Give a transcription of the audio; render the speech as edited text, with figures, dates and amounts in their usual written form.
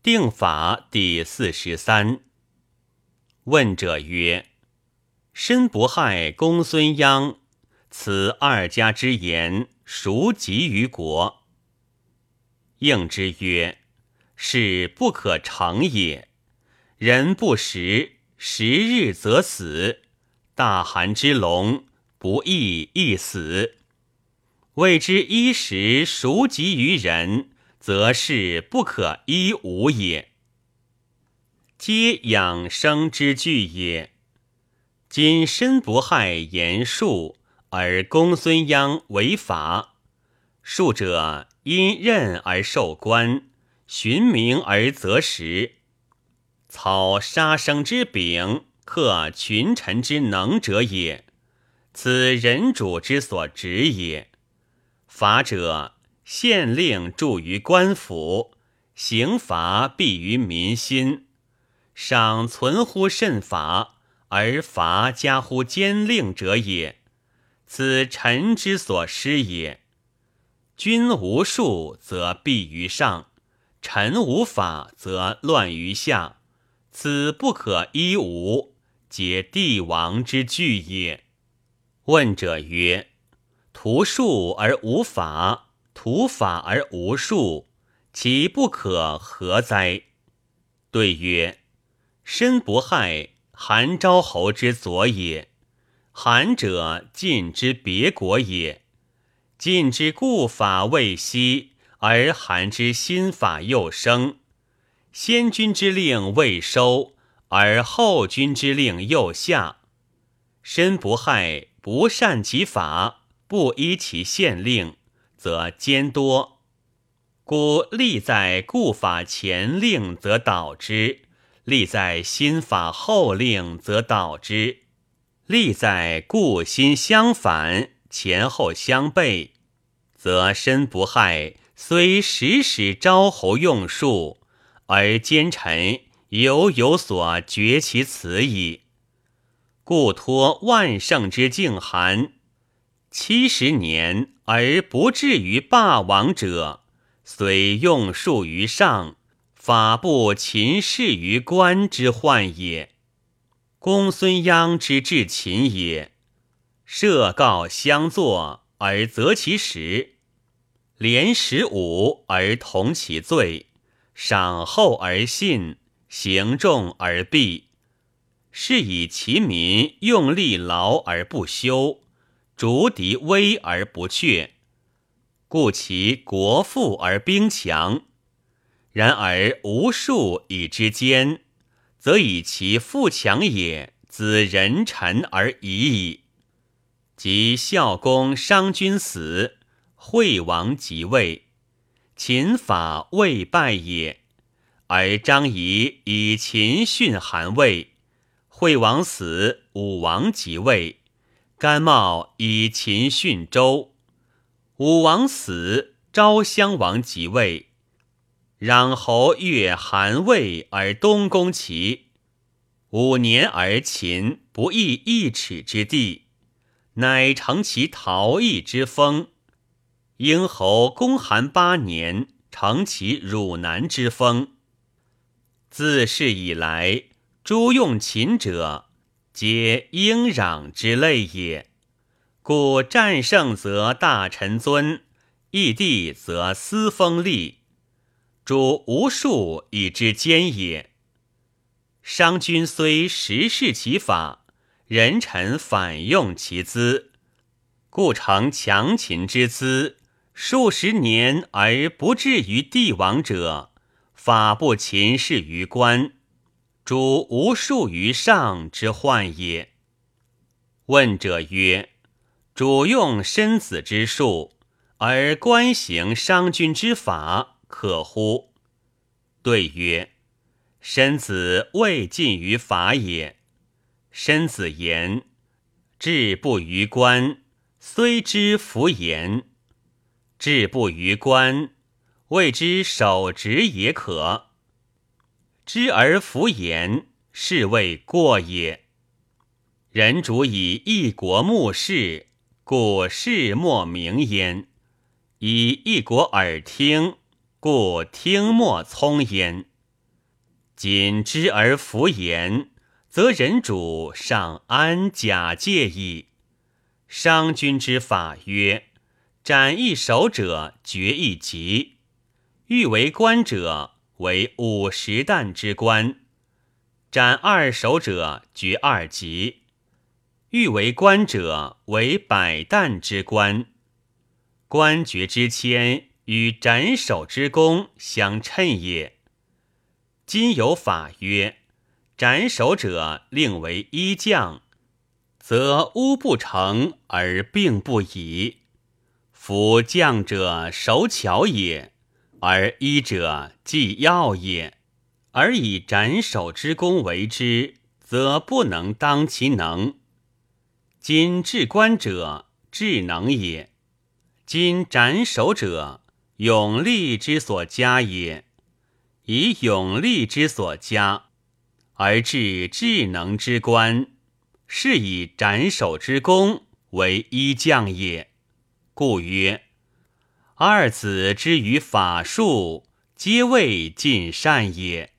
定法第43。问者曰：申不害公孙鞅，此二家之言，孰及于国？应之曰：是不可成也。人不食，10日则死。大寒之龙，不亦亦死。谓之衣食孰及于人，则是不可一无也。皆养生之具也。今申不害言术，而公孙鞅为法。术者因任而受官，循名而择时。操杀生之柄，克群臣之能者也。此人主之所执也。法者，县令著于官府，刑罚必于民心。赏存乎慎法，而罚加乎监令者也。此臣之所失也。君无术，则弊于上；臣无法，则乱于下。此不可一无，皆帝王之具也。问者曰：图术而无法，图法而无术，其不可何哉？对曰：申不害，韩昭侯之左也。韩者，晋之别国也。晋之故法未息，而韩之新法又生。先君之令未收，而后君之令又下。申不害不善其法，不依其县令，则奸多。故立在故法前令，则导之；立在新法后令，则导之；立在故新相反，前后相悖，则申不害虽时时昭侯用术，而奸臣犹有所决其辞矣。故托万圣之敬韩70年而不至于霸王者，虽用术于上，法不勤事于官之患也。公孙鞅之至勤也。设告相作，而择其时；连15而同其罪；赏厚而信，刑重而避。是以其民用力劳而不休，逐敌威而不却，故其国富而兵强。然而无术以之坚，则以其富强也，子人臣而已矣。及孝公商君死，惠王即位，秦法未败也。而张仪以秦训韩魏，惠王死，武王即位，甘茂以秦训周。武王死，昭襄王即位，攘侯越韩魏而东攻齐。5年而秦不亦1尺之地，乃成其陶邑之风。婴侯公韩8年，成其汝南之风。自是以来，诸用秦者，皆婴壤之类也。故战胜则大臣尊，异地则司封立。主无术以之坚也。商君虽实事其法，人臣反用其资，故成强秦之资。数十年而不至于帝王者，法不勤事于官，主无术于上之患也。问者曰：主用申子之术，而官行商君之法，可乎？对曰：申子未尽于法也。申子言：志不于官，虽知弗言；志不于官，谓之守职也可。知而弗言，是谓过也。人主以一国目视，故视莫明焉；以一国耳听，故听莫聪焉。 今知而弗言，则人主尚安假借矣。商君之法曰：斩一首者，决一级。欲为官者，为50石之官；斩2首者，决2级。欲为官者，为100石之官。官爵之谦与斩首之功相称也。今有法曰：斩首者令为衣将，则屋不成而病不已。夫将者守巧也，而医者既药也，而以斩首之功为之，则不能当其能。今治官者，智能也；今斩首者，勇力之所加也。以勇力之所加，而治智能之官，是以斩首之功为衣将也。故曰：二子之于法术，皆谓尽善也。